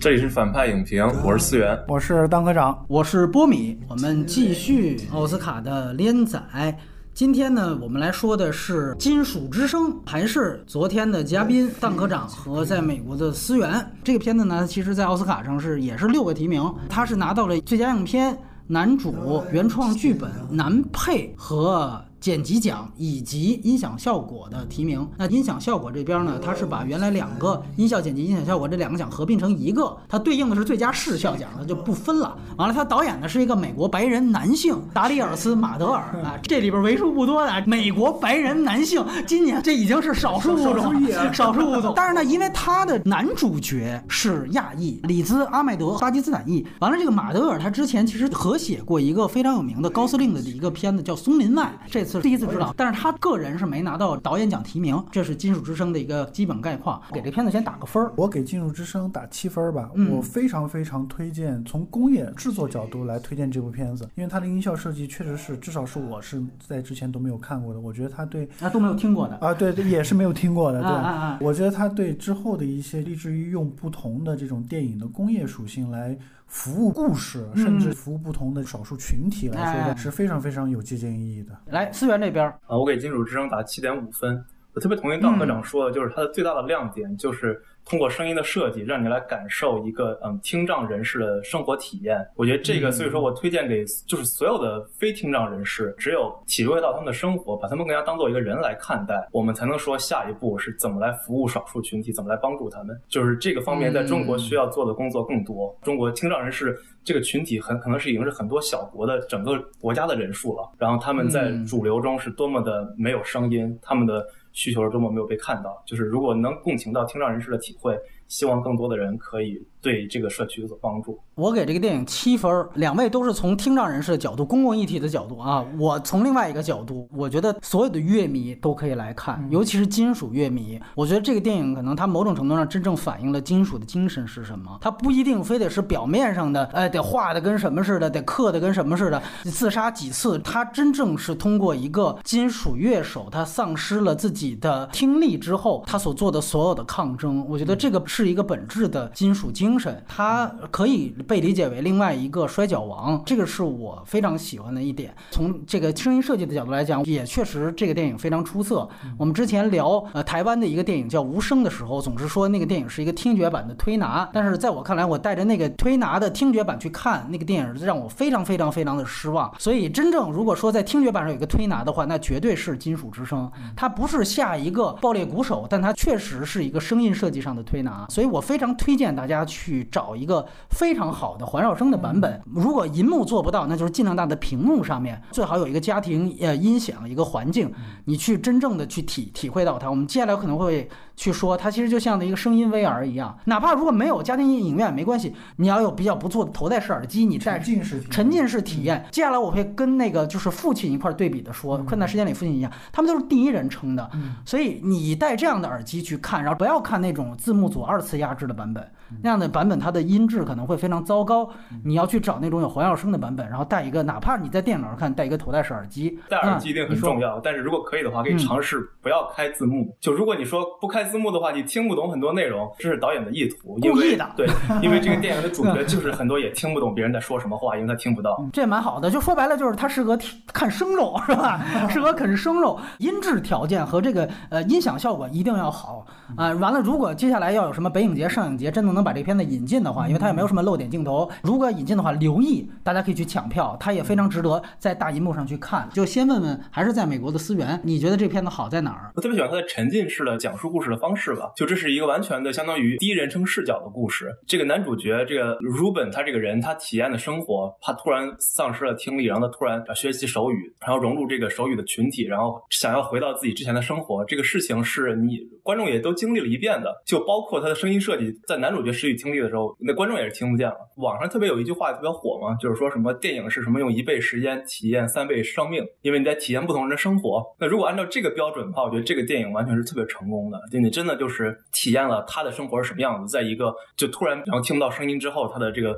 这里是反派影评，我是思源， 我是当科长， 我是波米。我们继续奥斯卡的连载。今天呢，我们来说的是《金属之声》，还是昨天的嘉宾当科长和在美国的思源。这个片子呢，其实在奥斯卡上也是6个提名，他是拿到了最佳影片、男主、原创剧本、男配和剪辑奖以及音响效果的提名。那音响效果这边呢，它是把原来2个音效剪辑、音响效果这2个奖合并成一个，它对应的是最佳视效奖，它就不分了。完了，他导演呢是一个美国白人男性达里尔斯·马德尔啊，这里边为数不多的美国白人男性，今年这已经是少数物种，少数物种。但是呢，因为他的男主角是亚裔，里兹·阿麦德·巴基斯坦裔。完了，这个马德尔他之前其实合写过一个非常有名的高司令的一个片子叫《松林外》，这次第一次知道，但是他个人是没拿到导演奖提名。这是金属之声的一个基本概况。给这片子先打个分， 我给金属之声打7分吧。我非常非常推荐，从工业制作角度来推荐这部片子，因为它的音效设计确实是，至少是我是在之前都没有看过的。我觉得他对都没有听过的啊，对，也是没有听过的。对，我觉得他对之后的一些立志于用不同的这种电影的工业属性来服务故事，甚至服务不同的少数群体来说的，是非常非常有借鉴意义的。 来，思源这边我给金属之声打7.5分。我特别同意当科长说的，就是它的最大的亮点就是通过声音的设计让你来感受一个听障人士的生活体验。我觉得这个，所以说我推荐给就是所有的非听障人士，只有体会到他们的生活，把他们更加当做一个人来看待，我们才能说下一步是怎么来服务少数群体，怎么来帮助他们。就是这个方面在中国需要做的工作更多。中国听障人士这个群体很可能是已经是很多小国的整个国家的人数了，然后他们在主流中是多么的没有声音，他们的需求是多么没有被看到。就是如果能共情到听障人士的体会，希望更多的人可以对这个社区有所帮助。 我给这个电影7分，2位都是从听障人士的角度、公共议题的角度啊。我从另外一个角度，我觉得所有的乐迷都可以来看，尤其是金属乐迷。我觉得这个电影可能它某种程度上真正反映了金属的精神是什么。它不一定非得是表面上的，得画的跟什么似的，得刻的跟什么似的，自杀几次。它真正是通过一个金属乐手，他丧失了自己的听力之后，他所做的所有的抗争。我觉得这个是一个本质的金属精神，它可以被理解为另外一个摔跤王，这个是我非常喜欢的一点。从这个声音设计的角度来讲，也确实这个电影非常出色。我们之前聊台湾的一个电影叫《无声》的时候，总是说那个电影是一个听觉版的推拿，但是在我看来，我带着那个推拿的听觉版去看那个电影，让我非常非常非常的失望。所以真正如果说在听觉版上有一个推拿的话，那绝对是金属之声。它不是下一个爆裂鼓手，但它确实是一个声音设计上的推拿。所以我非常推荐大家去找一个非常好的环绕声的版本。如果银幕做不到，那就是尽量大的屏幕上面，最好有一个家庭音响一个环境，你去真正的去体会到它。我们接下来可能会去说，它其实就像一个声音 VR 一样，哪怕如果没有家庭影院没关系，你要有比较不错的头戴式耳机，你戴沉浸式体验。接下来我会跟那个就是父亲一块对比的说，困难时间里父亲一样，他们都是第一人称的，所以你戴这样的耳机去看，然后不要看那种字幕组2次压制的版本，那样的版本它的音质可能会非常糟糕。你要去找那种有环绕声的版本，然后带一个，哪怕你在电脑上看带一个头戴式耳机， 戴耳机一定很重要。但是如果可以的话，可以尝试不要开字幕。就如果你说不开字幕的话，你听不懂很多内容，这是导演的意图， 故意的。 对，因为这个电影的主角就是很多也听不懂别人在说什么话，因为他听不到。 这蛮好的，就说白了就是他适合看生肉，是吧？适合啃生肉。音质条件和这个音响效果一定要好啊。完了，如果接下来要有什么北影节、上影节真的能把这片子引进的话，因为它也没有什么露点镜头，如果引进的话，留意大家可以去抢票，它也非常值得在大银幕上去看。就先问问还是在美国的思源，你觉得这片子好在哪儿？ 我特别喜欢它的沉浸式的讲述故事的方式吧，就这是一个完全的相当于第一人称视角的故事。这个男主角这个 Ruben 他这个人，他体验的生活，他突然丧失了听力，然后他突然学习手语，然后融入这个手语的群体，然后想要回到自己之前的生活。这个事情是你观众也都经历了一遍的，就包括他的声音设计，在男主角失去听力的时候，那观众也是听不见了。网上特别有一句话特别火嘛，就是说什么电影是什么用1倍时间体验3倍生命，因为你在体验不同人的生活。那如果按照这个标准的话，我觉得这个电影完全是特别成功的，就你真的就是体验了他的生活是什么样子，在一个就突然然后听不到声音之后，他的这个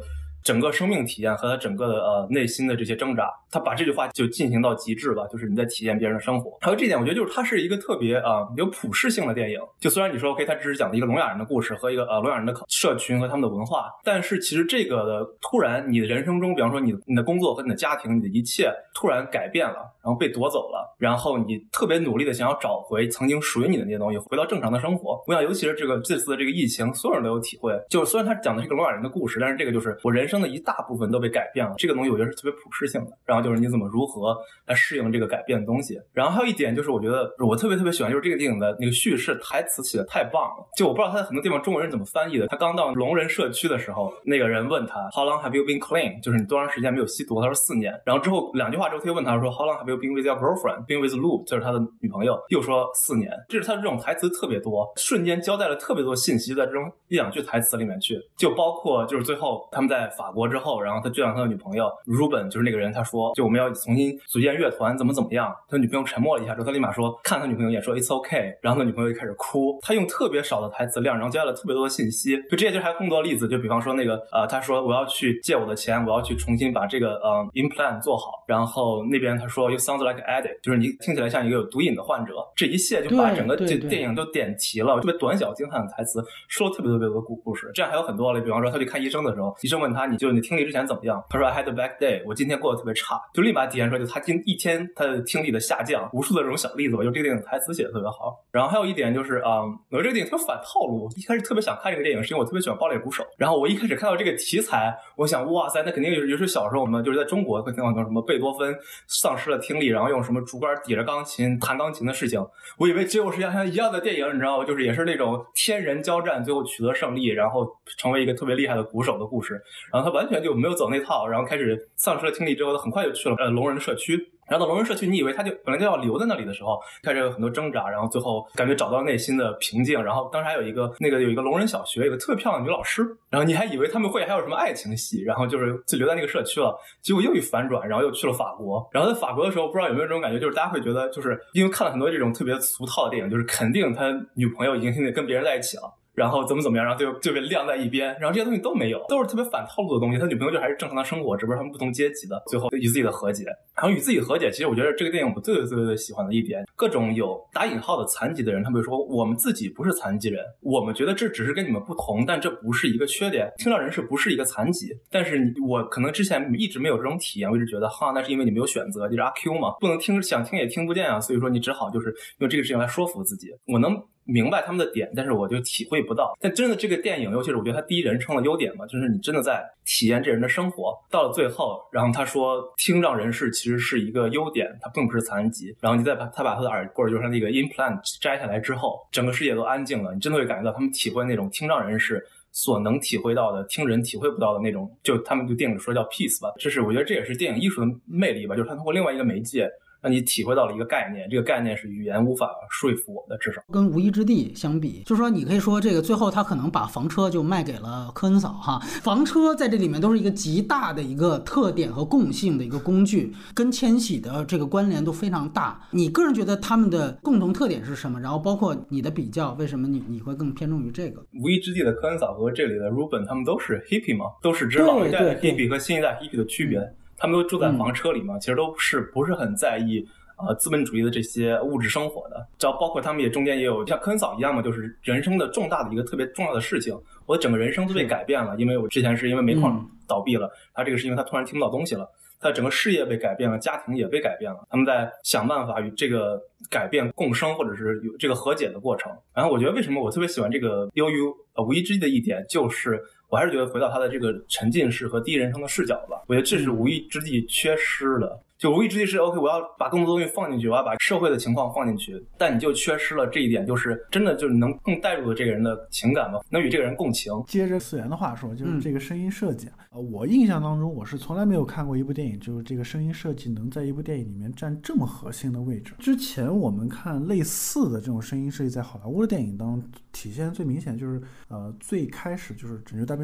整个生命体验和他整个的内心的这些挣扎，他把这句话就进行到极致吧，就是你在体验别人的生活。还有这点我觉得就是它是一个特别有普适性的电影，就虽然你说 OK 它只是讲的一个聋哑人的故事和一个聋哑人的社群和他们的文化，但是其实这个的突然你的人生中，比方说你的工作和你的家庭，你的一切突然改变了，然后被夺走了，然后你特别努力的想要找回曾经属于你的那些东西，回到正常的生活。我想尤其是这次的这个疫情，所有人都有体会，就是虽然他讲的是一个聋哑人的故事，但是这个就是我人生的一大部分都被改变了，这个东西我觉得是特别普适性的。然后就是你怎么如何来适应这个改变的东西。然后还有一点就是我觉得我特别喜欢就是这个电影的那个叙事台词写的太棒了，就我不知道他在很多地方中文人怎么翻译的。他刚到聋人社区的时候，那个人问他 How long have you been clean， 就是你多长时间没有吸毒，他说4年。然后之后2句话之后他又问他说 How long have you been with your girlfriend， been with Lou， 就是他的女朋友，又说4年。这是他这种台词特别多，瞬间交代了特别多信息在这种1-2句台词里面去，就包括就是最后他们在法国之后，然后他见到他的女朋友 Ruben， 就是那个人，他说就我们要重新组建乐团怎么样。他女朋友沉默了一下之后，他立马说看他女朋友也说 It's okay， 然后他女朋友就开始哭。他用特别少的台词量，然后交代了特别多的信息。就这些就还有更多例子，就比方说那个他说我要去借我的钱，我要去重新把这个implant 做好。然后那边他说 You sound like an addict， 就是你听起来像一个有毒瘾的患者。这一切就把整个这电影都点题了，特别短小精悍的台词说了特别多故事。这样还有很多了，比方说他去看医生的时候，医生问他你听力之前怎么样，他说 I had a bad day， 我今天过得特别差，就立马体现出来就他一天他的听力的下降，无数的这种小例子，我就这个电影台词写的特别好。然后还有一点就是我这个电影特别反套路，一开始特别想看这个电影是因为我特别喜欢爆裂鼓手，然后我一开始看到这个题材，我想哇塞，那肯定就是小时候我们就是在中国会听到什么贝多芬丧失了听力，然后用什么竹竿抵着钢琴弹钢琴的事情，我以为结果是像一样的电影，你知道吗？就是也是那种天人交战最后取得胜利，然后成为一个特别厉害的鼓手的故事。然后他完全就没有走那套，然后开始丧失了听力之后，他很快就去了聋人的社区。然后到聋人社区，你以为他就本来就要留在那里的时候，开始有很多挣扎，然后最后感觉找到内心的平静。然后当时还有一个聋人小学，有一个特别漂亮的女老师，然后你还以为他们会还有什么爱情戏，然后就留在那个社区了，结果又一反转，然后又去了法国。然后在法国的时候，不知道有没有这种感觉，就是大家会觉得，就是因为看了很多这种特别俗套的电影，就是肯定他女朋友已经现在跟别人在一起了，然后怎么样，然后就被晾在一边，然后这些东西都没有，都是特别反套路的东西。他女朋友就还是正常的生活，只不过他们不同阶级的，最后与自己的和解。然后与自己和解，其实我觉得这个电影我最喜欢的一点，各种有打引号的残疾的人，他们会说我们自己不是残疾人，我们觉得这只是跟你们不同，但这不是一个缺点。听障人士不是一个残疾，但是我可能之前一直没有这种体验，我一直觉得那是因为你没有选择，就是阿 Q 嘛，不能听，想听也听不见啊，所以说你只好就是用这个事情来说服自己。我能明白他们的点，但是我就体会不到。但真的这个电影，尤其是我觉得它第一人称的优点嘛，就是你真的在体验这人的生活。到了最后，然后他说听障人士其实是一个优点，他并不是残疾。然后你再把他的耳或者就是他那个 implant 摘下来之后，整个世界都安静了，你真的会感觉到他们体会那种听障人士所能体会到的听人体会不到的那种，就他们就电影说叫 peace 吧。这是我觉得这也是电影艺术的魅力吧，就是他通过另外一个媒介让你体会到了一个概念，这个概念是语言无法说服我的，至少跟无依之地相比，就是说你可以说这个最后他可能把房车就卖给了科恩嫂哈，房车在这里面都是一个极大的一个特点和共性的一个工具，跟千禧的这个关联都非常大。你个人觉得他们的共同特点是什么？然后包括你的比较，为什么你会更偏重于这个？ 无依之地的科恩嫂和这里的 Ruben 他们都是 hippie 嘛，都是指老一代的 hippie 和新一代 hippie 的区别。他们都住在房车里嘛，其实都不是很在意资本主义的这些物质生活的。只要包括他们也中间也有像科恩嫂一样嘛，就是人生的重大的一个特别重要的事情，我的整个人生都被改变了。因为我之前是因为煤矿倒闭了，他这个是因为他突然听不到东西了，他整个事业被改变了，家庭也被改变了，他们在想办法与这个改变共生，或者是有这个和解的过程。然后我觉得为什么我特别喜欢这个优于无依之地的一点，就是我还是觉得回到他的这个沉浸式和第一人称的视角吧，我觉得这是无依之地缺失的。就无依之地是 OK， 我要把更多东西放进去，我要把社会的情况放进去，但你就缺失了这一点，就是真的就是能更带入的这个人的情感嘛，能与这个人共情。 接着思源的话说，就是这个声音设计我印象当中我是从来没有看过一部电影，就是这个声音设计能在一部电影里面占这么核心的位置。之前我们看类似的这种声音设计在好莱坞的电影当中体现最明显，就是最开始就是拯救大兵瑞恩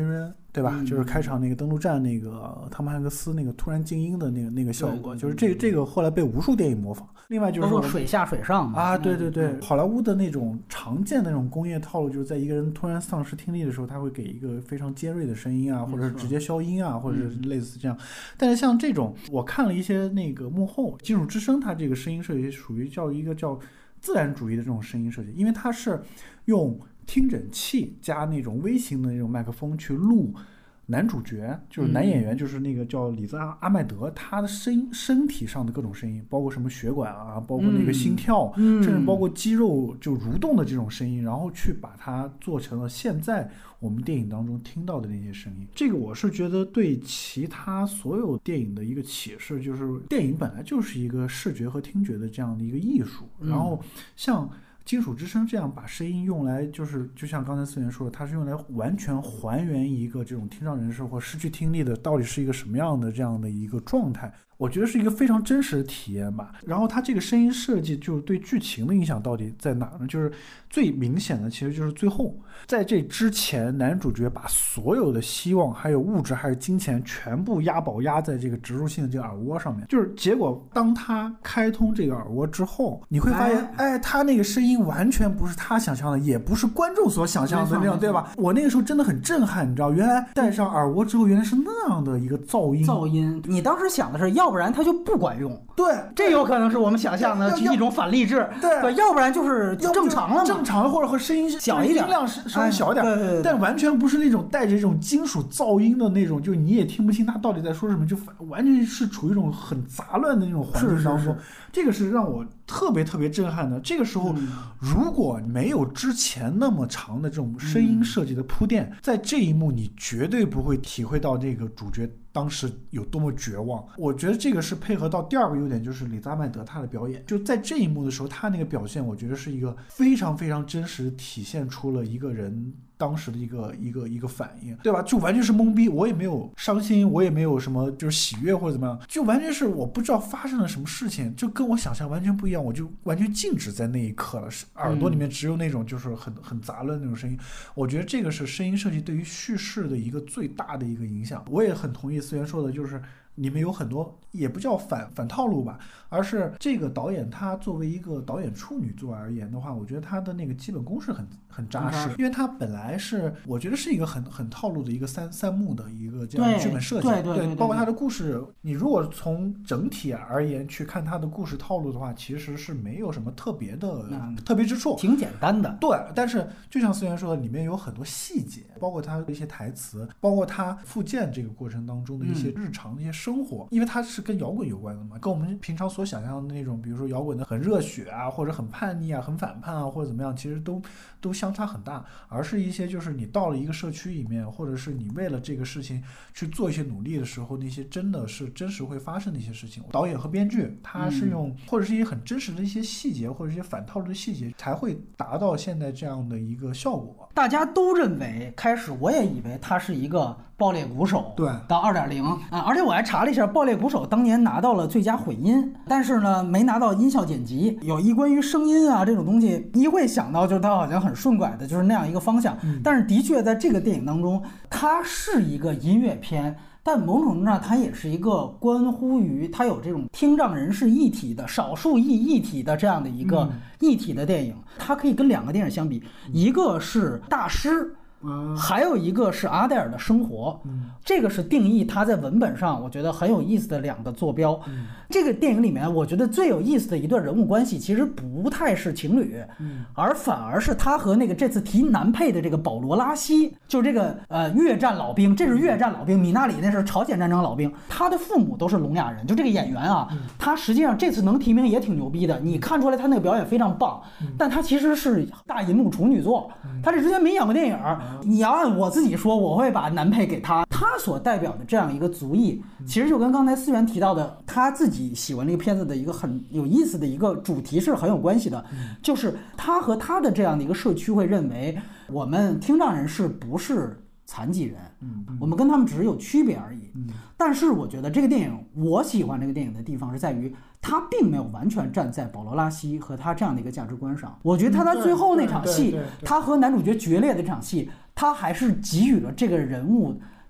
对吧？就是开场那个登陆战那个汤姆汉克斯那个突然静音的那个效果，就是这个后来被无数电影模仿。另外就是说水下水上嘛啊，对，好莱坞的那种常见的那种工业套路，就是在一个人突然丧失听力的时候，他会给一个非常尖锐的声音啊，或者是直接消音啊，或者是类似这样。但是像这种，我看了一些那个幕后金属之声，它这个声音设计属于一个叫自然主义的这种声音设计，因为它是用听诊器加那种微型的那种麦克风去录男主角，就是男演员，就是那个叫里兹阿麦德，他的身体上的各种声音，包括什么血管啊，包括那个心跳，甚至包括肌肉就蠕动的这种声音，然后去把它做成了现在我们电影当中听到的那些声音。这个我是觉得对其他所有电影的一个启示，就是电影本来就是一个视觉和听觉的这样的一个艺术，然后像金属之声这样把声音用来，就是就像刚才思源说的，它是用来完全还原一个这种听障人士或失去听力的到底是一个什么样的这样的一个状态，我觉得是一个非常真实的体验吧。然后它这个声音设计就是对剧情的影响到底在哪呢？就是最明显的其实就是最后，在这之前男主角把所有的希望还有物质还有金钱全部压在这个植入性的这个耳蜗上面，就是结果当他开通这个耳蜗之后，你会发现他那个声音完全不是他想象的，也不是观众所想象的那样，对吧？我那个时候真的很震撼，你知道，原来戴上耳蜗之后原来是那样的一个噪音， 你当时想的是要不然它就不管用， 对， 这有可能是我们想象的一种反励志，对，要不然就是正常了嘛， 正常或者和声音小一点， 音量稍微小一点， 对， 但完全不是那种带着这种金属噪音的那种，就你也听不清他到底在说什么，就完全是处于一种很杂乱的那种环境当中。这个是让我特别震撼的。这个时候如果没有之前那么长的这种声音设计的铺垫，在这一幕你绝对不会体会到这个主角当时有多么绝望。我觉得这个是配合到第二个优点，就是里兹阿麦德他的表演，就在这一幕的时候，他那个表现我觉得是一个非常真实体现出了一个人当时的一个反应，对吧？就完全是懵逼，我也没有伤心，我也没有什么就是喜悦或者怎么样，就完全是我不知道发生了什么事情，就跟我想象完全不一样，我就完全静止在那一刻了，耳朵里面只有那种就是很杂乱的那种声音。我觉得这个是声音设计对于叙事的一个最大的一个影响。我也很同意思源说的，就是里面有很多也不叫反套路吧，而是这个导演他作为一个导演处女作而言的话，我觉得他的那个基本功是很扎实，因为他本来是我觉得是一个很套路的一个三幕的一个这样的剧本设计，对，包括他的故事，你如果从整体而言去看他的故事套路的话，其实是没有什么特别之处， 挺简单的。 对，但是就像思源说的，里面有很多细节，包括他的一些台词，包括他复健这个过程当中的一些日常的一些生活，因为它是跟摇滚有关的嘛，跟我们平常所想象的那种，比如说摇滚的很热血啊，或者很叛逆啊，很反叛啊，或者怎么样，其实都相差很大，而是一些就是你到了一个社区里面，或者是你为了这个事情去做一些努力的时候，那些真的是真实会发生的一些事情。导演和编剧他是用或者是一些很真实的一些细节，或者一些反套路的细节，才会达到现在这样的一个效果。 大家都认为，开始我也以为他是一个爆裂鼓手， 对， 到 2.0 啊，而且我还查了一下，爆裂鼓手当年拿到了最佳混音，但是呢没拿到音效剪辑。有一关于声音啊这种东西，你会想到就是他好像很顺拐的就是那样一个方向，但是的确在这个电影当中，它是一个音乐片，但某种程度上它也是一个关乎于它有这种听障人士议题的少数议题的这样的一个议题的电影。它可以跟两个电影相比，一个是大师，还有一个是阿黛尔的生活，这个是定义它在文本上我觉得很有意思的两个坐标。这个电影里面我觉得最有意思的一段人物关系其实不太是情侣，而反而是他和那个这次提男配的这个保罗拉西，就是这个越战老兵，这是越战老兵，米纳里那是朝鲜战争老兵，他的父母都是聋哑人。就这个演员啊，他实际上这次能提名也挺牛逼的，你看出来他那个表演非常棒，但他其实是大银幕处女作，他这之前没演过电影。你要按我自己说，我会把男配给他所代表的这样一个族裔，其实就跟刚才思源提到的他自己喜欢这个片子的一个很有意思的一个主题是很有关系的，就是他和他的这样的一个社区会认为我们听障人士不是残疾人，我们跟他们只是有区别而已。但是我觉得这个电影，我喜欢这个电影的地方是在于他并没有完全站在保罗拉西和他这样的一个价值观上。我觉得他在最后那场戏，他和男主角决裂的这场戏，他还是给予了这个人物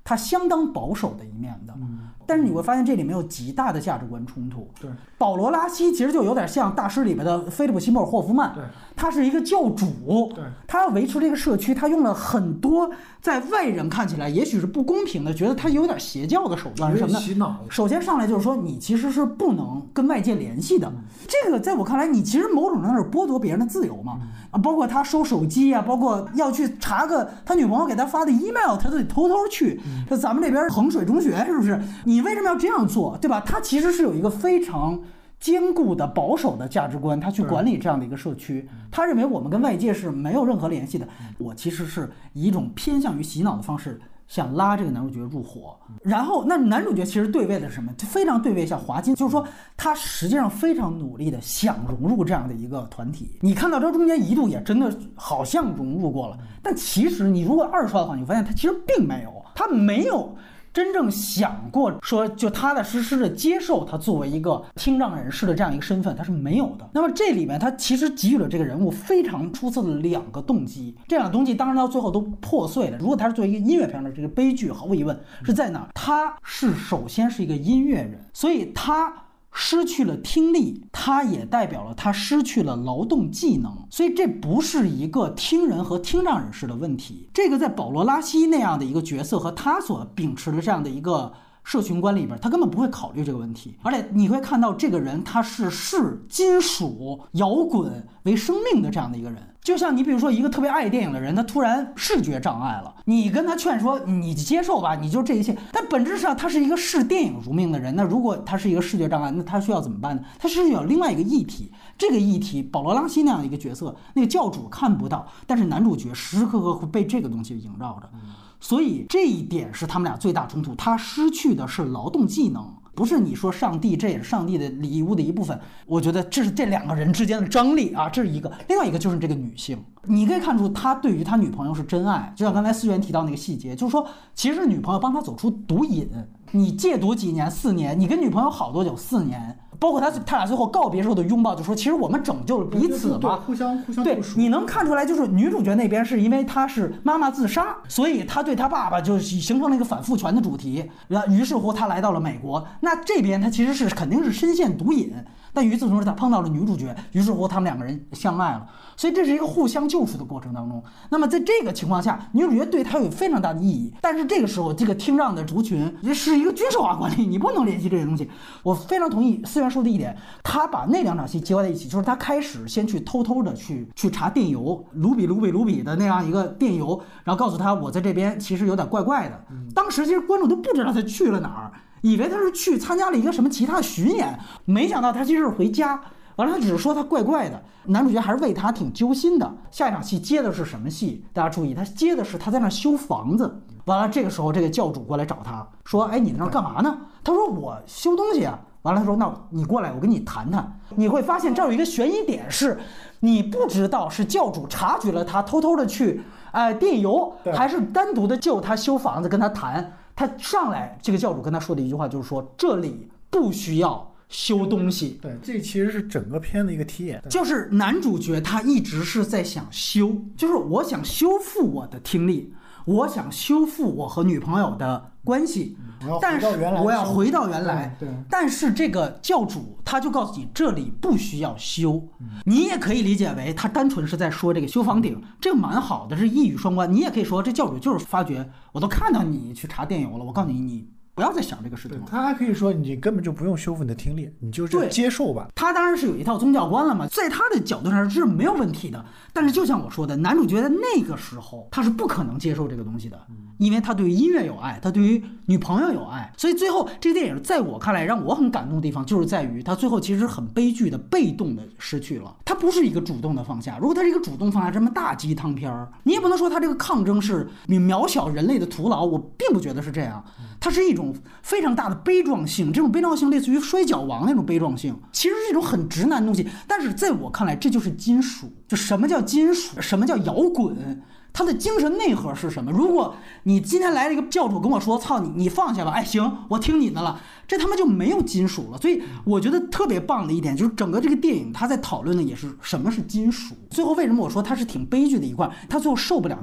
他相当保守的一面的。但是你会发现这里面有极大的价值观冲突。 对， 保罗拉希其实就有点像大师里面的菲利普西莫尔霍夫曼。 对， 他是一个教主。 对， 他要维持这个社区，他用了很多在外人看起来也许是不公平的，觉得他有点邪教的手段是什么呢？ 洗脑。 首先上来就是说，你其实是不能跟外界联系的。这个在我看来，你其实某种程度上是剥夺别人的自由嘛。包括他收手机啊，包括要去查个他女朋友给他发的 email， 他都得偷偷去。这咱们这边衡水中学是不是？你为什么要这样做，对吧？他其实是有一个非常坚固的保守的价值观，他去管理这样的一个社区。他认为我们跟外界是没有任何联系的。我其实是以一种偏向于洗脑的方式想拉这个男主角入伙。然后那男主角其实对位的是什么？非常对位像华金，就是说他实际上非常努力的想融入这样的一个团体。你看到这中间一度也真的好像融入过了，但其实你如果二刷的话，你发现他其实并没有，他没有真正想过说就踏踏实实的接受他作为一个听障人士的这样一个身份，他是没有的。那么这里面他其实给予了这个人物非常出色的两个动机，这两个动机当然到最后都破碎了。如果他是作为一个音乐片的这个悲剧，毫无疑问是在哪儿？他是首先是一个音乐人，所以他失去了听力，它也代表了他失去了劳动技能，所以这不是一个听人和听障人士的问题。这个在保罗拉希那样的一个角色和他所秉持的这样的一个社群观里边，他根本不会考虑这个问题。而且你会看到这个人他是视金属摇滚为生命的这样的一个人。就像你比如说一个特别爱电影的人，他突然视觉障碍了，你跟他劝说你接受吧，你就这一切，但本质上他是一个视电影如命的人。那如果他是一个视觉障碍，那他需要怎么办呢？他是有另外一个议题，这个议题保罗拉希那样的一个角色，那个教主看不到，但是男主角时时刻刻会被这个东西萦绕着。所以这一点是他们俩最大冲突，他失去的是劳动技能，不是你说上帝，这也是上帝的礼物的一部分。我觉得这是这两个人之间的张力啊，这是一个。另外一个就是这个女性，你可以看出他对于他女朋友是真爱，就像刚才思源提到那个细节，就是说其实女朋友帮他走出毒瘾，你戒毒几年，4年，你跟女朋友好多久？4年。包括他俩最后告别时候的拥抱，就说其实我们拯救了彼此嘛， 互相对，你能看出来，就是女主角那边是因为她是妈妈自杀，所以她对她爸爸就形成了一个反父权的主题，于是乎她来到了美国。那这边她其实是肯定是深陷毒瘾，但与此同时她碰到了女主角，于是乎他们两个人相爱了。所以这是一个互相救赎的过程当中。那么在这个情况下，女主角对她有非常大的意义，但是这个时候这个听障的族群是一个军事化管理，你不能联系这些东西。我非常同意思源说的一点，他把那两场戏结合在一起，就是他开始先去偷偷的去查电邮，卢比的那样一个电邮，然后告诉他我在这边其实有点怪怪的。当时其实观众都不知道他去了哪儿，以为他是去参加了一个什么其他的巡演，没想到他其实是回家。完了，他只是说他怪怪的，男主角还是为他挺揪心的。下一场戏接的是什么戏？大家注意，他接的是他在那修房子。完了，这个时候这个教主过来找他说：“哎，你在那干嘛呢？”他说：“我修东西啊。”完了，他说：“那你过来，我跟你谈谈。”你会发现这儿有一个悬疑点是，你不知道是教主察觉了他偷偷的去电邮，还是单独的就他修房子跟他谈。他上来，这个教主跟他说的一句话就是说：“这里不需要修东西。” 对，这其实是整个片的一个题眼， 就是男主角他一直是在想修，就是我想修复我的听力，我想修复我和女朋友的关系，但是我要回到原来。 对， 但是这个教主他就告诉你，这里不需要修。你也可以理解为他单纯是在说这个修房顶，这个蛮好的，是一语双关。你也可以说这教主就是发觉，我都看到你去查电邮了，我告诉你，你不要再想这个事情了。 他还可以说你根本就不用修复你的听力，你就是接受吧。 他当然是有一套宗教观了嘛，在他的角度上是没有问题的。但是就像我说的，男主角在那个时候他是不可能接受这个东西的，因为他对于音乐有爱，他对于女朋友有爱。所以最后这个电影在我看来让我很感动的地方，就是在于他最后其实很悲剧的被动的失去了，他不是一个主动的放下。如果他是一个主动放下，这么大鸡汤片儿，你也不能说他这个抗争是渺小人类的徒劳，我并不觉得是这样。它是一种非常大的悲壮性，这种悲壮性类似于摔跤王那种悲壮性，其实是一种很直男的东西。但是在我看来，这就是金属。就什么叫金属，什么叫摇滚，它的精神内核是什么？如果你今天来了一个教主跟我说操你放下吧，哎行，我听你的了，这他妈就没有金属了。所以我觉得特别棒的一点就是整个这个电影它在讨论的也是什么是金属。最后为什么我说它是挺悲剧的一块，它最后受不了那个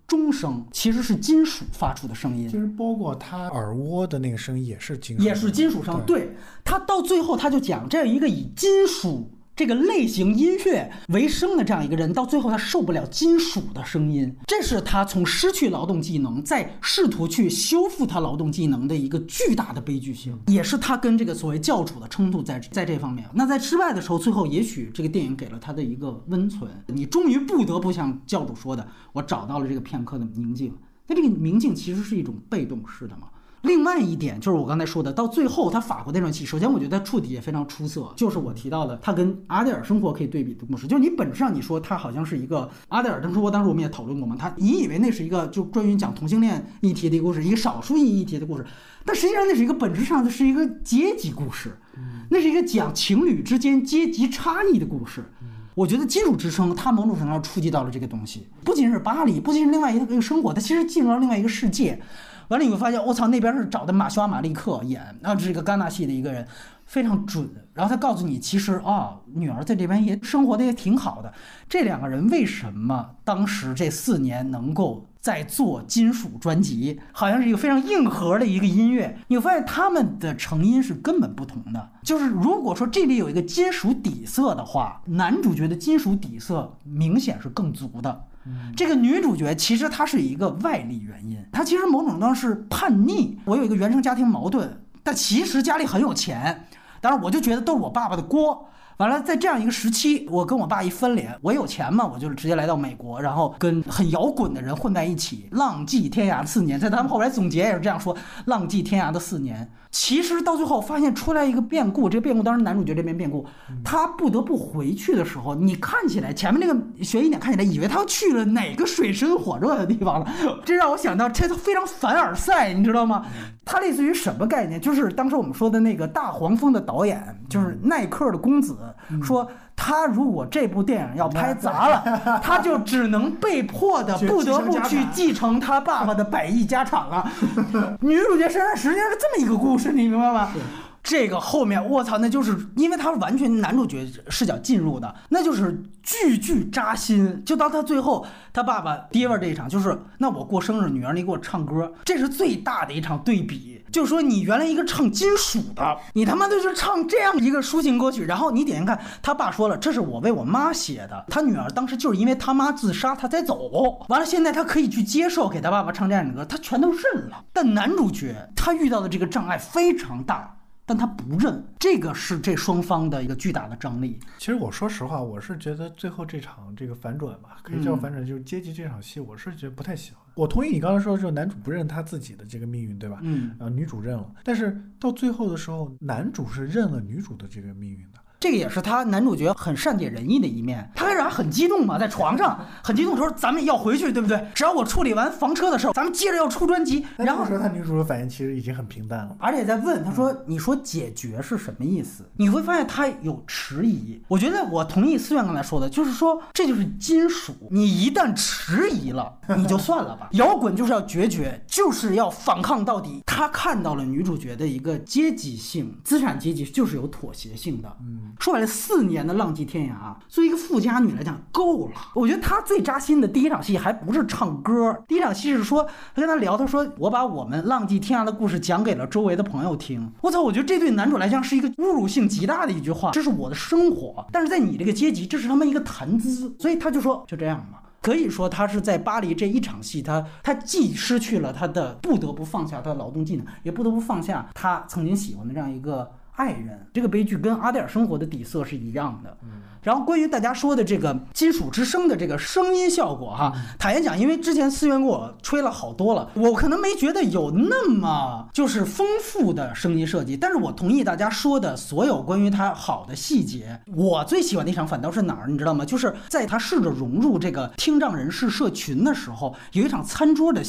钟声其实是金属发出的声音， 其实包括他耳蜗的那个声音也是金属， 也是金属声。对，他到最后他就讲这样一个以金属这个类型音乐为生的这样一个人，到最后他受不了金属的声音，这是他从失去劳动技能再试图去修复他劳动技能的一个巨大的悲剧性，也是他跟这个所谓教主的冲突在这方面。那在失败的时候，最后也许这个电影给了他的一个温存，你终于不得不像教主说的，我找到了这个片刻的宁静。那这个宁静其实是一种被动式的嘛。另外一点就是我刚才说的，到最后他法国那段戏，首先我觉得他处理也非常出色，就是我提到的他跟阿黛尔生活可以对比的故事。就是你本质上你说他好像是一个阿黛尔生活，当时我们也讨论过嘛，你以为那是一个就关于讲同性恋议题的一个故事，一个少数议题的故事，但实际上那是一个本质上的是一个阶级故事，那是一个讲情侣之间阶级差异的故事。我觉得《金属之声》它某种程度上触及到了这个东西，不仅是巴黎，不仅是另外一个生活，它其实进入了另外一个世界。完了你会发现，我操，那边是找的马修·马利克演，这是一个戛纳系的一个人，非常准。然后他告诉你，其实女儿在这边也生活的也挺好的。这两个人为什么当时这4年能够在做金属专辑，好像是一个非常硬核的一个音乐，你会发现他们的成因是根本不同的。就是如果说这里有一个金属底色的话，男主角的金属底色明显是更足的。这个女主角其实她是一个外力原因，她其实某种程度上是叛逆。我有一个原生家庭矛盾，但其实家里很有钱，当然我就觉得都是我爸爸的锅。完了，在这样一个时期，我跟我爸一翻脸，我有钱嘛，我就直接来到美国，然后跟很摇滚的人混在一起，浪迹天涯的4年。在他们后来总结也是这样说，浪迹天涯的4年。其实到最后发现出来一个变故，这个变故当然男主角这边变故，他不得不回去的时候，你看起来前面那个悬疑点看起来以为他去了哪个水深火热的地方了，这让我想到这非常凡尔赛，你知道吗？他类似于什么概念？就是当时我们说的那个大黄蜂的导演，就是耐克的公子，说他如果这部电影要拍砸了，他就只能被迫的不得不去继承他爸爸的100亿家产了。女主角身上实际上是这么一个故事，你明白吗？这个后面我操，那就是因为他完全男主角视角进入的，那就是句扎心。就到他最后他爸爸爹味这一场，就是那我过生日，女儿你给我唱歌，这是最大的一场对比。就是说你原来一个唱金属的，你他妈就是唱这样一个抒情歌曲，然后你点开看他爸说了，这是我为我妈写的，他女儿当时就是因为他妈自杀他才走，完了现在他可以去接受给他爸爸唱这样的歌，他全都认了。但男主角他遇到的这个障碍非常大，但他不认，这个是这双方的一个巨大的张力。 其实我说实话，我是觉得最后这场这个反转吧，可以叫反转，就是阶级这场戏，我是觉得不太喜欢。我同意你刚才说的，就是男主不认他自己的这个命运，对吧？女主认了，但是到最后的时候，男主是认了女主的这个命运的。 这个也是他男主角很善解人意的一面。他开始还很激动嘛，在床上很激动的时候，咱们要回去，对不对？只要我处理完房车的事儿，咱们接着要出专辑。然后说他女主的反应其实已经很平淡了， 而且在问他说：“你说解决是什么意思？”你会发现他有迟疑。我觉得我同意思源刚才说的，就是说这就是金属，你一旦迟疑了，你就算了吧。摇滚就是要决绝，就是要反抗到底。他看到了女主角的一个阶级性，资产阶级就是有妥协性的。说白了，4年的浪迹天涯，作为一个富家女来讲，够了。我觉得她最扎心的第一场戏还不是唱歌，第一场戏是说，他跟他聊，他说我把我们浪迹天涯的故事讲给了周围的朋友听。我操，我觉得这对男主来讲是一个侮辱性极大的一句话，这是我的生活，但是在你这个阶级，这是他们一个谈资，所以他就说就这样吧。可以说他是在巴黎这一场戏，他既失去了他的不得不放下他的劳动技能，也不得不放下他曾经喜欢的这样一个爱人。这个悲剧跟阿黛尔生活的底色是一样的。然后关于大家说的这个金属之声的这个声音效果哈，坦言讲，因为之前思源给我吹了好多了，我可能没觉得有那么就是丰富的声音设计，但是我同意大家说的所有关于它好的细节。我最喜欢的一场反倒是哪儿，你知道吗？就是在他试着融入这个听障人士社群的时候，有一场餐桌的戏，他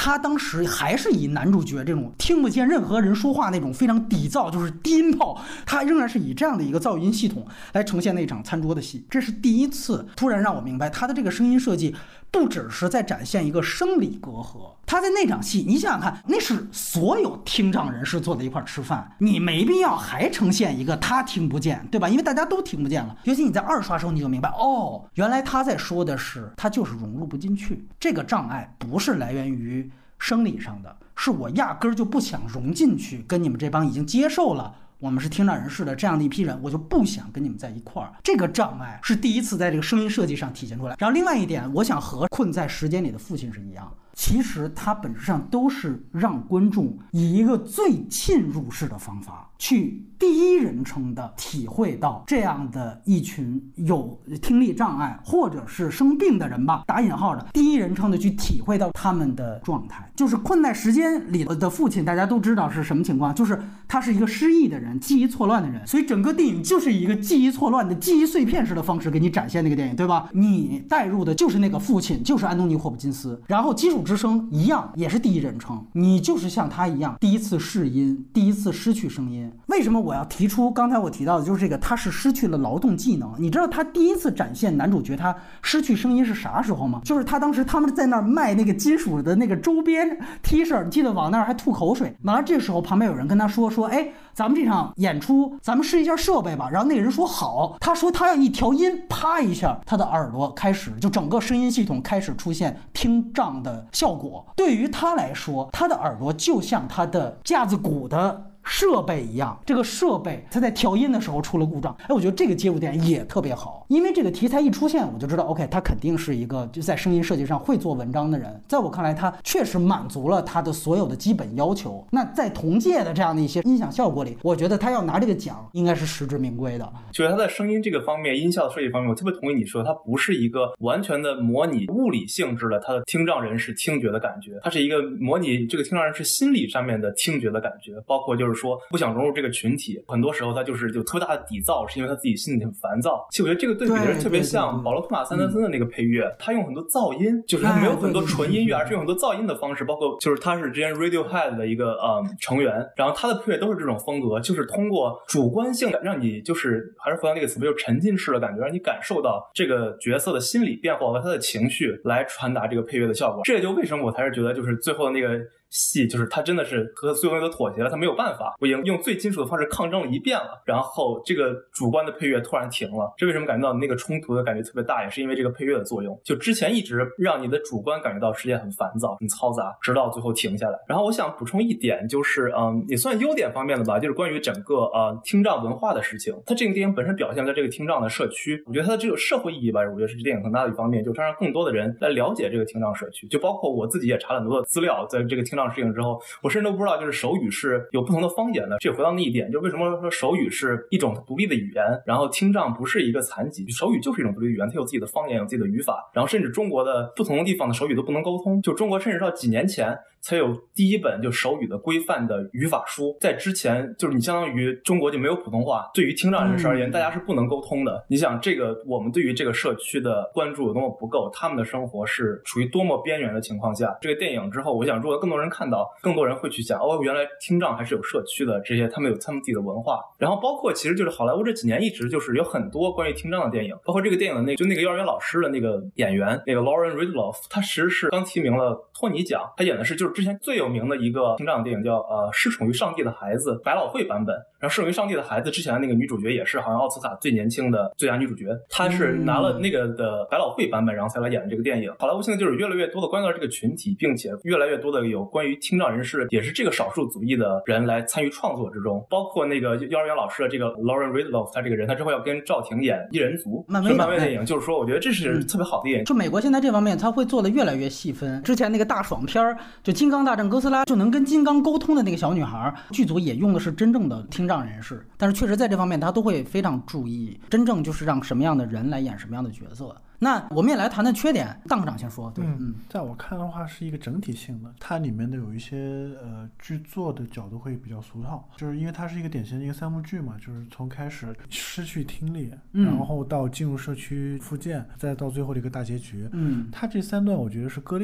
他当时还是以男主角这种听不见任何人说话那种非常底噪，就是低音炮，他仍然是以这样的一个噪音系统来呈现那场餐桌的戏。这是第一次突然让我明白他的这个声音设计不只是在展现一个生理隔阂，他在那场戏，你想想看，那是所有听障人士坐在一块吃饭，你没必要还呈现一个他听不见，对吧？因为大家都听不见了。尤其你在二刷时候你就明白，哦，原来他在说的是他就是融入不进去，这个障碍不是来源于生理上的，是我压根儿就不想融进去，跟你们这帮已经接受了我们是听障人士的这样的一批人，我就不想跟你们在一块儿。这个障碍是第一次在这个声音设计上体现出来。然后另外一点，我想和困在时间里的父亲是一样，其实它本质上都是让观众以一个最浸入式的方法去第一人称的体会到这样的一群有听力障碍或者是生病的人吧，打引号的，第一人称的去体会到他们的状态。就是困在时间里的父亲，大家都知道是什么情况，就是他是一个失忆的人，记忆错乱的人，所以整个电影就是以一个记忆错乱的记忆碎片式的方式给你展现那个电影，对吧？你带入的就是那个父亲，就是安东尼·霍普金斯，然后基础之声一样也是第一人称，你就是像他一样第一次试音，第一次失去声音。为什么我要提出刚才我提到的就是这个，他是失去了劳动技能。你知道他第一次展现男主角他失去声音是啥时候吗？就是他当时他们在那儿卖那个金属的那个周边 T 恤，记得往那儿还吐口水。完了这时候旁边有人跟他说，哎，咱们这场演出咱们试一下设备吧。然后那个人说好，他说他要一调音，啪一下他的耳朵开始就整个声音系统开始出现听障的效果。对于他来说，他的耳朵就像他的架子鼓的设备一样，这个设备它在调音的时候出了故障。我觉得这个接入点也特别好，因为这个题材一出现我就知道 OK， 他肯定是一个就在声音设计上会做文章的人。在我看来他确实满足了他的所有的基本要求。那在同届的这样的一些音响效果里，我觉得他要拿这个奖应该是实至名归的。 就是他在声音这个方面，音效设计方面，我特别同意你说，他不是一个完全的模拟物理性质的他的听障人士听觉的感觉，它是一个模拟这个听障人士心理上面的听觉的感觉，包括就是说不想融入这个群体，很多时候他就是有特别大的底噪，是因为他自己心里很烦躁。其实我觉得这个对比的是特别像保罗·托马斯·安德森的那个配乐，他用很多噪音，就是他没有很多纯音乐，而是用很多噪音的方式，包括就是他是之前 Radiohead 的一个成员，然后他的配乐都是这种风格，就是通过主观性让你就是还是回到那个词，就是沉浸式的感觉，让你感受到这个角色的心理变化和他的情绪来传达这个配乐的效果。这也就为什么我才是觉得就是最后的那个戏，就是他真的是和所有人都妥协了，他没有办法，我已经用最金属的方式抗争了一遍了，然后这个主观的配乐突然停了。这为什么感觉到那个冲突的感觉特别大，也是因为这个配乐的作用。就之前一直让你的主观感觉到世界很烦躁很嘈杂，直到最后停下来。然后我想补充一点，就是也算优点方面的吧，就是关于整个听障文化的事情。它这个电影本身表现在这个听障的社区，我觉得它这个社会意义吧，我觉得是电影很大的一方面，就是它让更多的人来了解这个听障社区。就包括我自己也查了很多的资料，在这个听障事情之后，我甚至都不知道就是手语是有不同的方言的。这回到那一点，就为什么说手语是一种独立的语言，然后听障不是一个残疾，手语就是一种独立的语言，它有自己的方言，有自己的语法，然后甚至中国的不同的地方的手语都不能沟通。就中国甚至到几年前才有第一本就手语的规范的语法书，在之前就是你相当于中国就没有普通话，对于听障人士而言，大家是不能沟通的。你想这个我们对于这个社区的关注有多么不够，他们的生活是处于多么边缘的情况下，这个电影之后，我想如果更多人看到，更多人会去想原来听障还是有社区的，这些他们有他们自己的文化。然后包括其实就是好莱坞这几年一直就是有很多关于听障的电影，包括这个电影的那个幼儿园老师的那个演员那个 Lauren Ridloff， 他其实是刚提名了托尼奖，他演的是就是之前最有名的一个听障的电影叫失宠于上帝的孩子百老汇版本。然后失宠于上帝的孩子之前的那个女主角也是好像奥斯卡最年轻的最佳女主角，她是拿了那个的百老汇版本，然后才来演这个电影。好莱坞现在就是越来越多的关注到这个群体，并且越来越多的有关于听障人士也是这个少数族裔的人来参与创作之中，包括那个幼儿园老师的这个 Lauren Ridloff， 他这个人他之后要跟赵婷演一人族，漫威电影，就是说我觉得这是特别好的电影。 就美国现在这方面他会做的越来越细分，之前那个大爽片就金刚大战哥斯拉就能跟金刚沟通的那个小女孩，剧组也用的是真正的听障人士，但是确实在这方面他都会非常注意真正就是让什么样的人来演什么样的角色。那我们也来谈谈缺点，当科长先说。对， 在我看的话是一个整体性的，它里面的有一些剧作的角度会比较俗套，就是因为它是一个典型的一个三幕剧嘛，就是从开始失去听力，然后到进入社区复健，再到最后的一个大结局。它这三段我觉得是割裂的，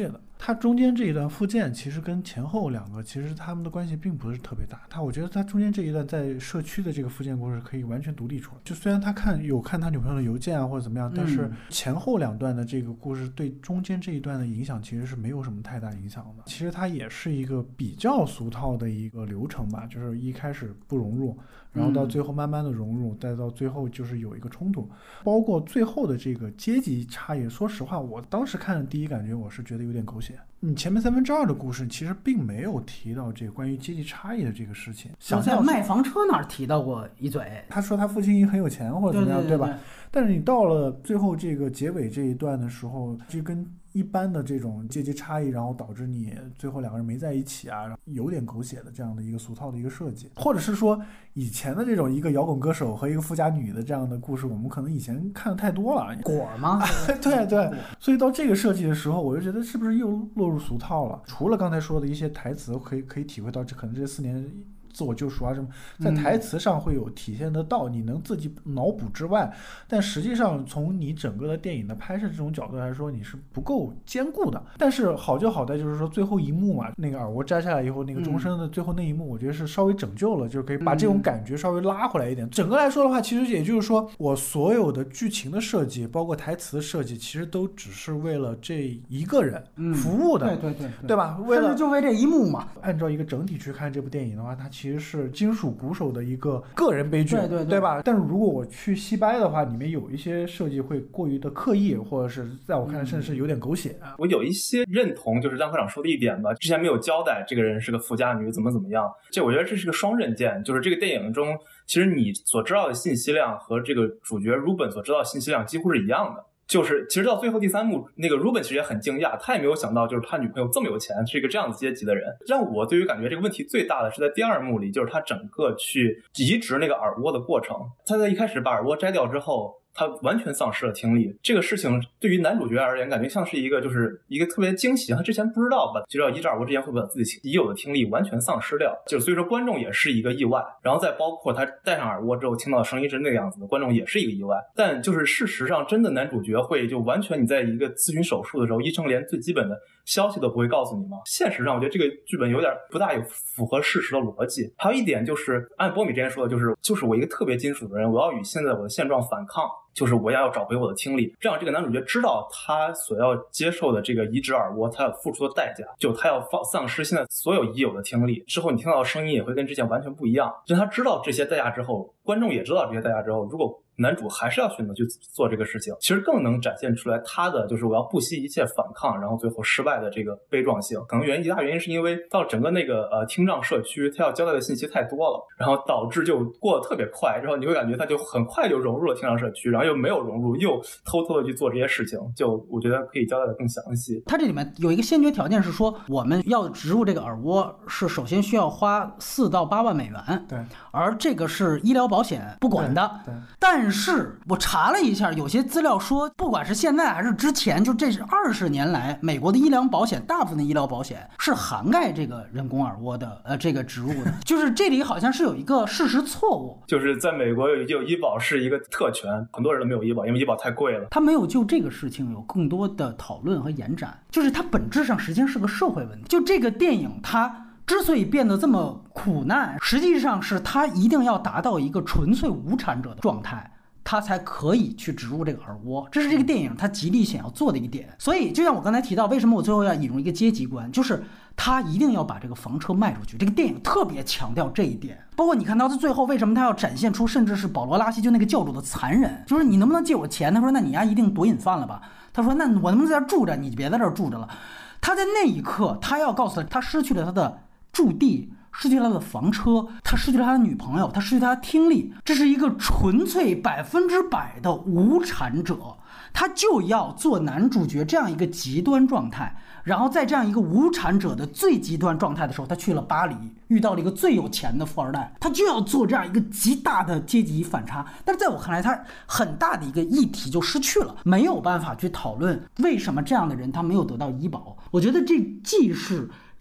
它中间这一段复健其实跟前后两个其实他们的关系并不是特别大，我觉得他中间这一段在社区的这个复健故事可以完全独立出来。就虽然他有看他女朋友的邮件啊或者怎么样，但是前后两段的这个故事对中间这一段的影响其实是没有什么太大影响的。其实它也是一个比较俗套的一个流程吧，就是一开始不融入，然后到最后慢慢的融入，再到最后就是有一个冲突，包括最后的这个阶级差异。说实话，我当时看的第一感觉我是觉得有点狗血。你前面2/3的故事其实并没有提到这个关于阶级差异的这个事情。 我在卖房车那儿提到过一嘴， 他说他父亲很有钱或者怎么样， 对吧？但是你到了最后这个结尾这一段的时候，就跟一般的这种阶级差异，然后导致你最后两个人没在一起啊，有点狗血的这样的一个俗套的一个设计。或者是说以前的这种一个摇滚歌手和一个富家女的这样的故事，我们可能以前看的太多了。 果吗？ 对对，所以到这个设计的时候，我就觉得是不是又落入俗套了。除了刚才说的一些台词可以体会到，这可能这4年自我救赎啊什么，在台词上会有体现得到，你能自己脑补之外，但实际上从你整个的电影的拍摄这种角度来说，你是不够坚固的。但是好就好在就是说最后一幕嘛，那个耳蜗摘下来以后，那个钟声的最后那一幕，我觉得是稍微拯救了，就是可以把这种感觉稍微拉回来一点。整个来说的话，其实也就是说我所有的剧情的设计，包括台词的设计，其实都只是为了这一个人服务的，对吧？为了就为这一幕嘛。 按照一个整体去看这部电影的话，它其实是金属鼓手的一个个人悲剧，对吧？但是如果我去细掰的话，里面有一些设计会过于的刻意，或者是在我看来甚至是有点狗血啊。 我有一些认同，就是张科长说的一点吧，之前没有交代这个人是个富家女怎么样，这我觉得这是个双刃剑。就是这个电影中，其实你所知道的信息量和这个主角 Ruben 所知道的信息量几乎是一样的。就是其实到最后第3幕，那个 Ruben 其实也很惊讶，他也没有想到就是他女朋友这么有钱，是一个这样子阶级的人。让我对于感觉这个问题最大的是在第2幕里，就是他整个去移植那个耳蜗的过程。他在一开始把耳蜗摘掉之后，他完全丧失了听力。这个事情对于男主角而言，感觉像是一个特别惊喜，他之前不知道吧，就要移植耳蜗之前会把自己已有的听力完全丧失掉，就是所以说观众也是一个意外。然后再包括他戴上耳蜗之后听到的声音是那个样子的，观众也是一个意外。但就是事实上真的男主角会就完全你在一个咨询手术的时候，医生连最基本的消息都不会告诉你吗？现实上我觉得这个剧本有点不大有符合事实的逻辑。还有一点就是按波米之前说的，就是我一个特别金属的人，我要与现在我的现状反抗，就是我要找回我的听力，这样这个男主角知道他所要接受的这个移植耳蜗，他要付出的代价，就他要丧失现在所有已有的听力，之后你听到的声音也会跟之前完全不一样。就他知道这些代价之后，观众也知道这些代价之后，如果男主还是要选择去做这个事情，其实更能展现出来他的就是我要不惜一切反抗，然后最后失败的这个悲壮性。可能一大原因是因为到整个那个听障社区，他要交代的信息太多了，然后导致就过得特别快，然后你会感觉他就很快就融入了听障社区，然后又没有融入，又偷偷的去做这些事情，就我觉得可以交代的更详细。 他这里面有一个先决条件是说，我们要植入这个耳蜗是首先需要花4到8万美元， 对， 而这个是医疗保险不管的， 对。 但是我查了一下，有些资料说，不管是现在还是之前，就这是20年来美国的医疗保险，大部分的医疗保险是涵盖这个人工耳蜗的这个植入的，就是这里好像是有一个事实错误， 就是在美国有医保是一个特权，很多人都没有医保，因为医保太贵了。 他没有就这个事情有更多的讨论和延展，就是它本质上实际上是个社会问题。就这个电影它之所以变得这么苦难，实际上是它一定要达到一个纯粹无产者的状态，他才可以去植入这个耳蜗，这是这个电影他极力想要做的一个点。所以就像我刚才提到，为什么我最后要引入一个阶级观，就是他一定要把这个房车卖出去，这个电影特别强调这一点。包括你看到最后为什么他要展现出甚至是保罗拉希就那个教主的残忍，就是你能不能借我钱，他说那你一定毒瘾犯了吧，他说那我能不能在这住着，你别在这住着了。他在那一刻他要告诉他失去了他的驻地，失去了他的房车，他失去了他的女朋友，他失去他的听力，这是一个纯粹100%的无产者，他就要做男主角这样一个极端状态，然后在这样一个无产者的最极端状态的时候，他去了巴黎，遇到了一个最有钱的富二代，他就要做这样一个极大的阶级反差。但是在我看来，他很大的一个议题就失去了，没有办法去讨论为什么这样的人他没有得到医保。我觉得这既是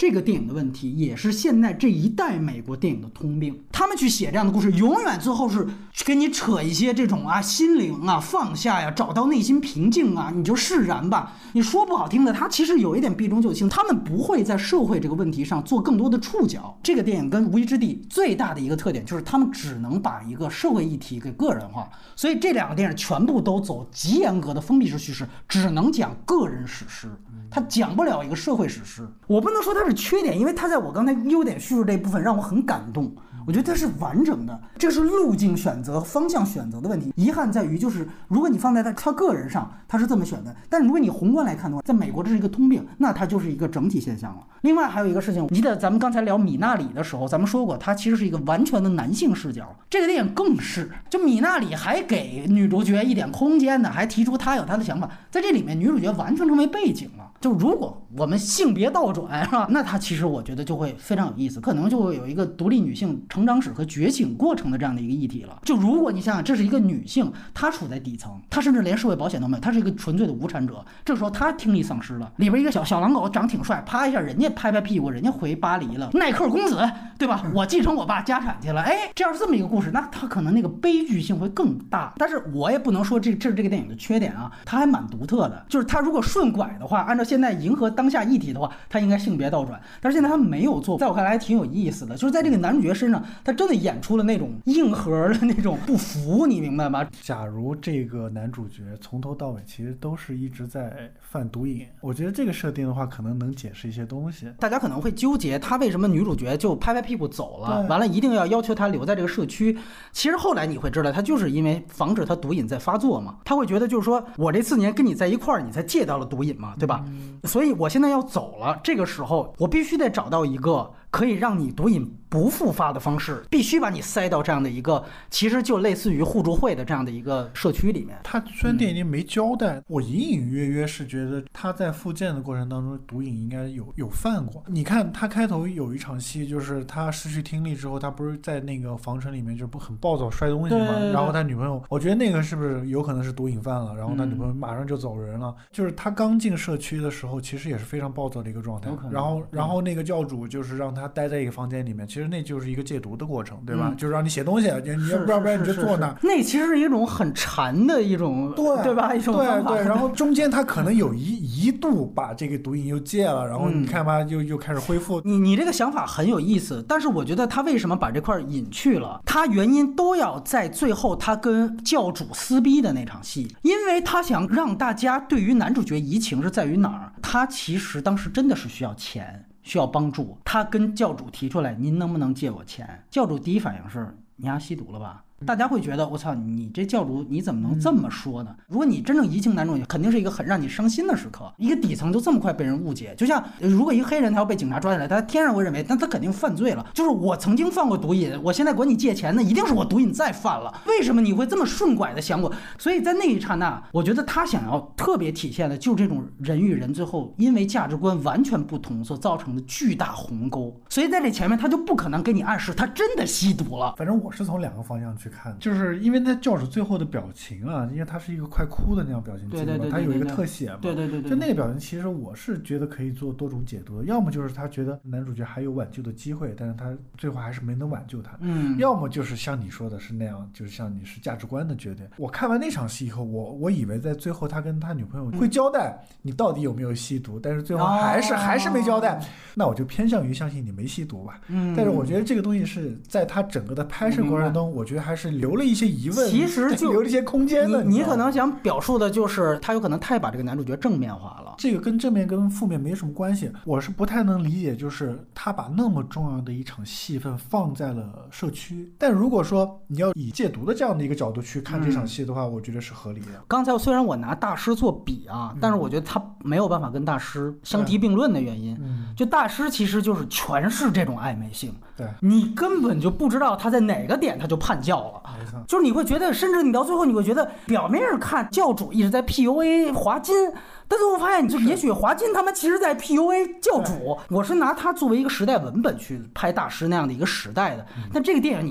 这个电影的问题也是现在这一代美国电影的通病。他们去写这样的故事，永远最后是给你扯一些这种心灵放下呀，找到内心平静你就释然吧。你说不好听的，他其实有一点避重就轻，他们不会在社会这个问题上做更多的触角。这个电影跟《无依之地》最大的一个特点就是他们只能把一个社会议题给个人化，所以这两个电影全部都走极严格的封闭式叙事，只能讲个人史诗，他讲不了一个社会史诗。我不能说它是缺点，因为它在我刚才优点叙述这一部分让我很感动，我觉得它是完整的，这是路径选择、方向选择的问题。遗憾在于，就是如果你放在他个人上，他是这么选的，但是如果你宏观来看的话，在美国这是一个通病，那它就是一个整体现象了。另外还有一个事情，你记得咱们刚才聊米纳里的时候，咱们说过，它其实是一个完全的男性视角。这个电影更是，就米纳里还给女主角一点空间呢，还提出她有她的想法，在这里面女主角完全成为背景了。就如果我们性别倒转，是吧？那它其实我觉得就会非常有意思，可能就会有一个独立女性成长史和觉醒过程的这样的一个议题了。就如果你想想，这是一个女性，她处在底层，她甚至连社会保险都没有，她是一个纯粹的无产者。这个时候她听力丧失了，里边一个小狼狗长挺帅，啪一下人家拍拍屁股，人家回巴黎了，耐克公子，对吧？我继承我爸家产去了。这要是这么一个故事，那他可能那个悲剧性会更大。但是我也不能说这是这个电影的缺点它还蛮独特的。就是他如果顺拐的话，按照现在迎合当下议题的话，他应该性别倒转，但是现在他没有做，在我看来还挺有意思的。就是在这个男主角身上，他真的演出了那种硬核的那种不服，你明白吗？ 假如这个男主角从头到尾其实都是一直在犯毒瘾，我觉得这个设定的话可能能解释一些东西。 大家可能会纠结他为什么女主角就拍拍屁股走了，完了一定要求他留在这个社区。其实后来你会知道，他就是因为防止他毒瘾在发作嘛。他会觉得就是说，我这4年跟你在一块儿，你才戒到了毒瘾嘛，对吧？所以我现在要走了，这个时候我必须得找到一个可以让你毒瘾不复发的方式，必须把你塞到这样的一个其实就类似于互助会的这样的一个社区里面。 他虽然电影里没交代，我隐隐约约是觉得他在复健的过程当中毒瘾应该有犯过。你看他开头有一场戏，就是他失去听力之后，他不是在那个房车里面就不很暴躁摔东西吗？然后他女朋友，我觉得那个是不是有可能是毒瘾犯了，然后他女朋友马上就走人了。就是他刚进社区的时候其实也是非常暴躁的一个状态，然后那个教主就是让他待在一个房间里面，其实那就是一个戒毒的过程，对吧？就是让你写东西，你要不然你就坐那。 那其实是一种很馋的一种，对吧？一种方法。 对，然后中间他可能有一度把这个毒瘾又戒了，然后你看吧，又开始恢复。 你这个想法很有意思，但是我觉得他为什么把这块隐去了？他原因都要在最后他跟教主撕逼的那场戏，因为他想让大家对于男主角移情是在于哪儿？他其实当时真的是需要钱，需要帮助。他跟教主提出来，您能不能借我钱？教主第一反应是，你丫吸毒了吧？大家会觉得我操，你这教主你怎么能这么说呢？如果你真正移情男主角，肯定是一个很让你伤心的时刻。一个底层就这么快被人误解，就像如果一个黑人他要被警察抓起来，他天然会认为那他肯定犯罪了，就是我曾经犯过毒瘾，我现在管你借钱呢，一定是我毒瘾再犯了。为什么你会这么顺拐的想我？所以在那一刹那，我觉得他想要特别体现的就是这种人与人最后因为价值观完全不同所造成的巨大鸿沟。所以在这前面他就不可能给你暗示他真的吸毒了。 反正我是从2个方向去看，就是因为那教主最后的表情啊，因为他是一个快哭的那样表情， 对， 他有一个特写嘛， 对， 就那个表情，其实我是觉得可以做多种解读的，要么就是他觉得男主角还有挽救的机会，但是他最后还是没能挽救他，要么就是像你说的是那样，就是像你是价值观的决定。我看完那场戏以后，我以为在最后他跟他女朋友会交代你到底有没有吸毒，但是最后还是没交代，那我就偏向于相信你没吸毒吧。但是我觉得这个东西是在他整个的拍摄过程中，我觉得还是留了一些疑问， 其实就留了一些空间的。 你可能想表述的就是他有可能太把这个男主角正面化了， 这个跟正面跟负面没什么关系。我是不太能理解，就是他把那么重要的一场戏份放在了社区，但如果说你要以戒毒的这样的一个角度去看这场戏的话，我觉得是合理的。 刚才虽然我拿大师做比啊，但是我觉得他没有办法跟大师相提并论的原因，就大师其实就是全是这种暧昧性， 对， 你根本就不知道他在哪个点他就叛教了，就是你会觉得，甚至你到最后你会觉得，表面上看教主一直在 PUA 华金，但最后发现，就也许华金他们其实在 PUA 教主。我是拿他作为一个时代文本去拍大师那样的一个时代的，但这个电影你看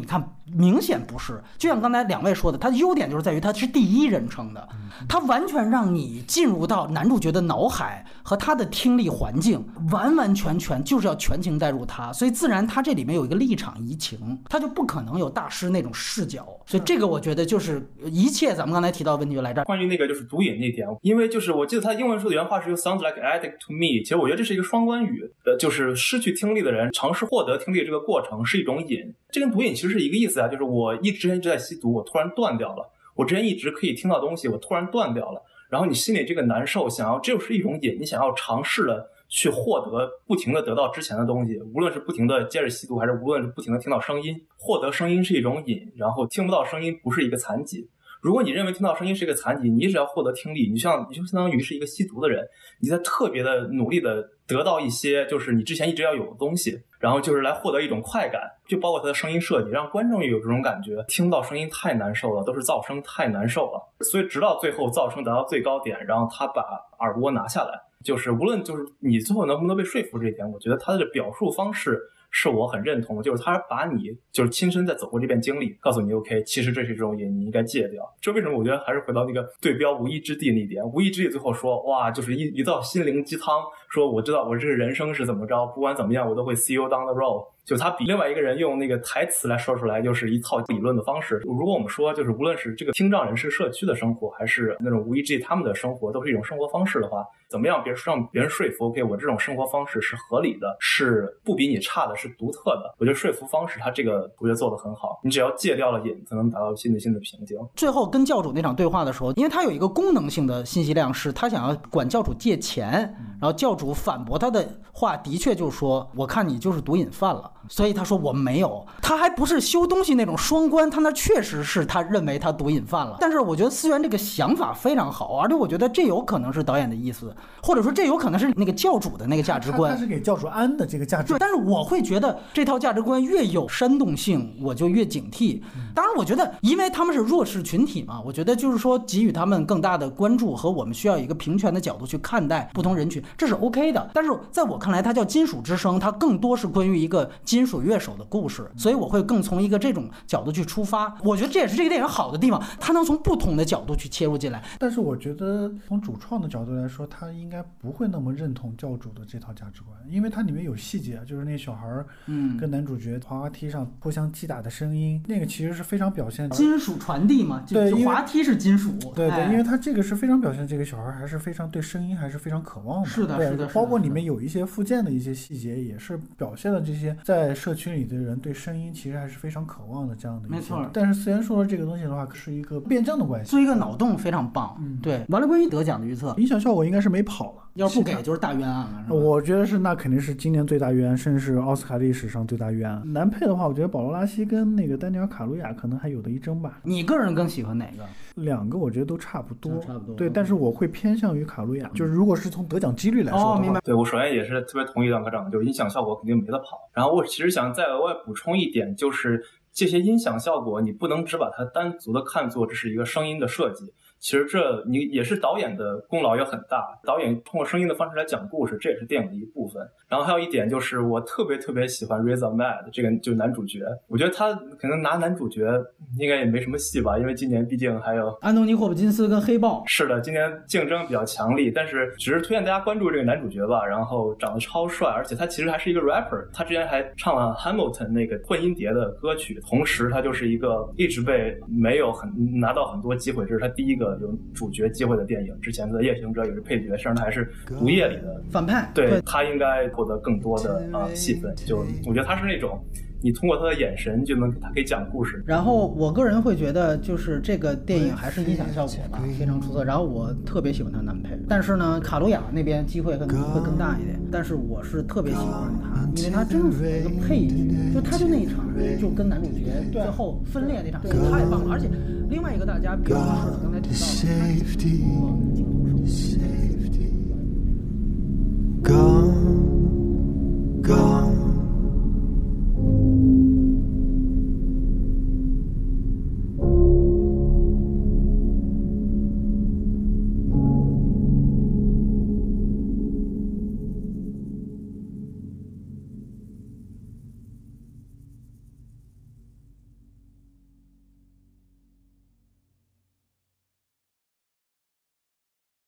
明显不是。就像刚才两位说的，它的优点就是在于它是第一人称的，它完全让你进入到男主角的脑海和他的听力环境，完完全全就是要全情带入他，所以自然他这里面有一个立场移情，他就不可能有大师那种视角。所以这个我觉得就是一切咱们刚才提到的问题就来这儿。 关于那个就是毒瘾那点，因为就是我记得他英文说的原话是 "You sound like addict to me"， 其实我觉得这是一个双关语，就是失去听力的人尝试获得听力这个过程是一种瘾，这跟毒瘾其实是一个意思啊，就是我之前一直在吸毒，我突然断掉了，我之前一直可以听到东西，我突然断掉了，然后你心里这个难受，这就是一种瘾，你想要尝试的去获得，不停的得到之前的东西，无论是不停的接着吸毒，还是无论是不停的听到声音，获得声音是一种瘾，然后听不到声音不是一个残疾。如果你认为听到声音是一个残疾，你一直要获得听力，你就相当于是一个吸毒的人，你在特别的努力的得到一些就是你之前一直要有的东西，然后就是来获得一种快感，就包括它的声音设计，让观众也有这种感觉，听到声音太难受了，都是噪声太难受了，所以直到最后噪声达到最高点，然后他把耳蜗拿下来，就是无论就是你最后能不能被说服这一点，我觉得他的表述方式是我很认同的，就是他把你就是亲身在走过这遍经历，告诉你 OK， 其实这是这种瘾，你应该戒掉。这为什么我觉得还是回到那个对标无依之地那一点，无依之地最后说哇，就是一道心灵鸡汤，说我知道我这人生是怎么着，不管怎么样我都会 see you down the road， 就他比另外一个人用那个台词来说出来，就是一套理论的方式。如果我们说就是无论是这个听障人士社区的生活，还是那种无依之地他们的生活，都是一种生活方式的话，怎么样让别人说服 OK 我这种生活方式是合理的，是不比你差的，是独特的，我觉得说服方式他这个我觉得做得很好，你只要戒掉了瘾才能达到心的平静。 最后跟教主那场对话的时候，因为他有一个功能性的信息量，是他想要管教主借钱，然后教主反驳他的话的确就是说我看你就是毒瘾犯了，所以他说我没有，他还不是修东西那种双关，他那确实是他认为他毒瘾犯了。但是我觉得思源这个想法非常好，而且我觉得这有可能是导演的意思，或者说这有可能是那个教主的那个价值观， 他是给教主安的这个价值观。 但是我会觉得这套价值观越有煽动性我就越警惕。当然我觉得因为他们是弱势群体嘛，我觉得就是说给予他们更大的关注和我们需要一个平权的角度去看待不同人群，这是 OK 的。但是在我看来它叫金属之声，它更多是关于一个金属乐手的故事，所以我会更从一个这种角度去出发。我觉得这也是这个电影好的地方，它能从不同的角度去切入进来。 但是我觉得从主创的角度来说，他应该不会那么认同教主的这套价值观，因为它里面有细节，就是那小孩跟男主角滑滑梯上互相击打的声音，那个其实是非常表现金属传递嘛， 对， 滑梯是金属， 对对，因为他这个是非常表现这个小孩还是非常对声音还是非常渴望的， 是的， 对， 是的， 包括里面有一些附件的一些细节，也是表现了这些在社区里的人对声音其实还是非常渴望的这样的一些。 没错。 但是思源说的这个东西的话，是一个辩证的关系， 做一个脑洞非常棒。对。完了，关于得奖的预测， 音响效果应该是没跑了， 要不给就是大冤案了。 我觉得是，那肯定是今年最大冤案，甚至是奥斯卡历史上最大冤案。男配的话，我觉得保罗拉希跟那个丹尼尔卡鲁亚可能还有的一争吧。 你个人更喜欢哪个？ 两个我觉得都差不多， 差不多。 对，但是我会偏向于卡鲁亚，就是如果是从得奖几率来说的话， 明白。 对，我首先也是特别同意段科长，就是音响效果肯定没得跑。然后我其实想再额外补充一点，就是这些音响效果你不能只把它单独的看作这是一个声音的设计，其实你也是导演的功劳也很大，导演通过声音的方式来讲故事，这也是电影的一部分。然后还有一点就是我特别喜欢 Riz Ahmed 这个就是男主角，我觉得他可能拿男主角应该也没什么戏吧，因为今年毕竟还有安东尼·霍普金斯跟黑豹。 是的，今年竞争比较强力，但是只是推荐大家关注这个男主角吧，然后长得超帅，而且他其实还是一个 rapper， 他之前还唱了 Hamilton 那个混音碟的歌曲，同时他就是一个一直被没有拿到很多机会，这是他第一个有主角机会的电影，之前的夜行者也是配角，甚至他还是毒液里的反派， 对，他应该获得更多的戏份，就我觉得他是那种你通过他的眼神就能他可以讲故事。 然后我个人会觉得就是这个电影还是音响效果吧非常出色，然后我特别喜欢他男配，但是呢卡鲁亚那边机会可能会更大一点，但是我是特别喜欢他，因为他真的是一个配角，就他就那一场就跟男主角最后分裂那场戏太棒了，而且另外一个大家比较是刚才提到的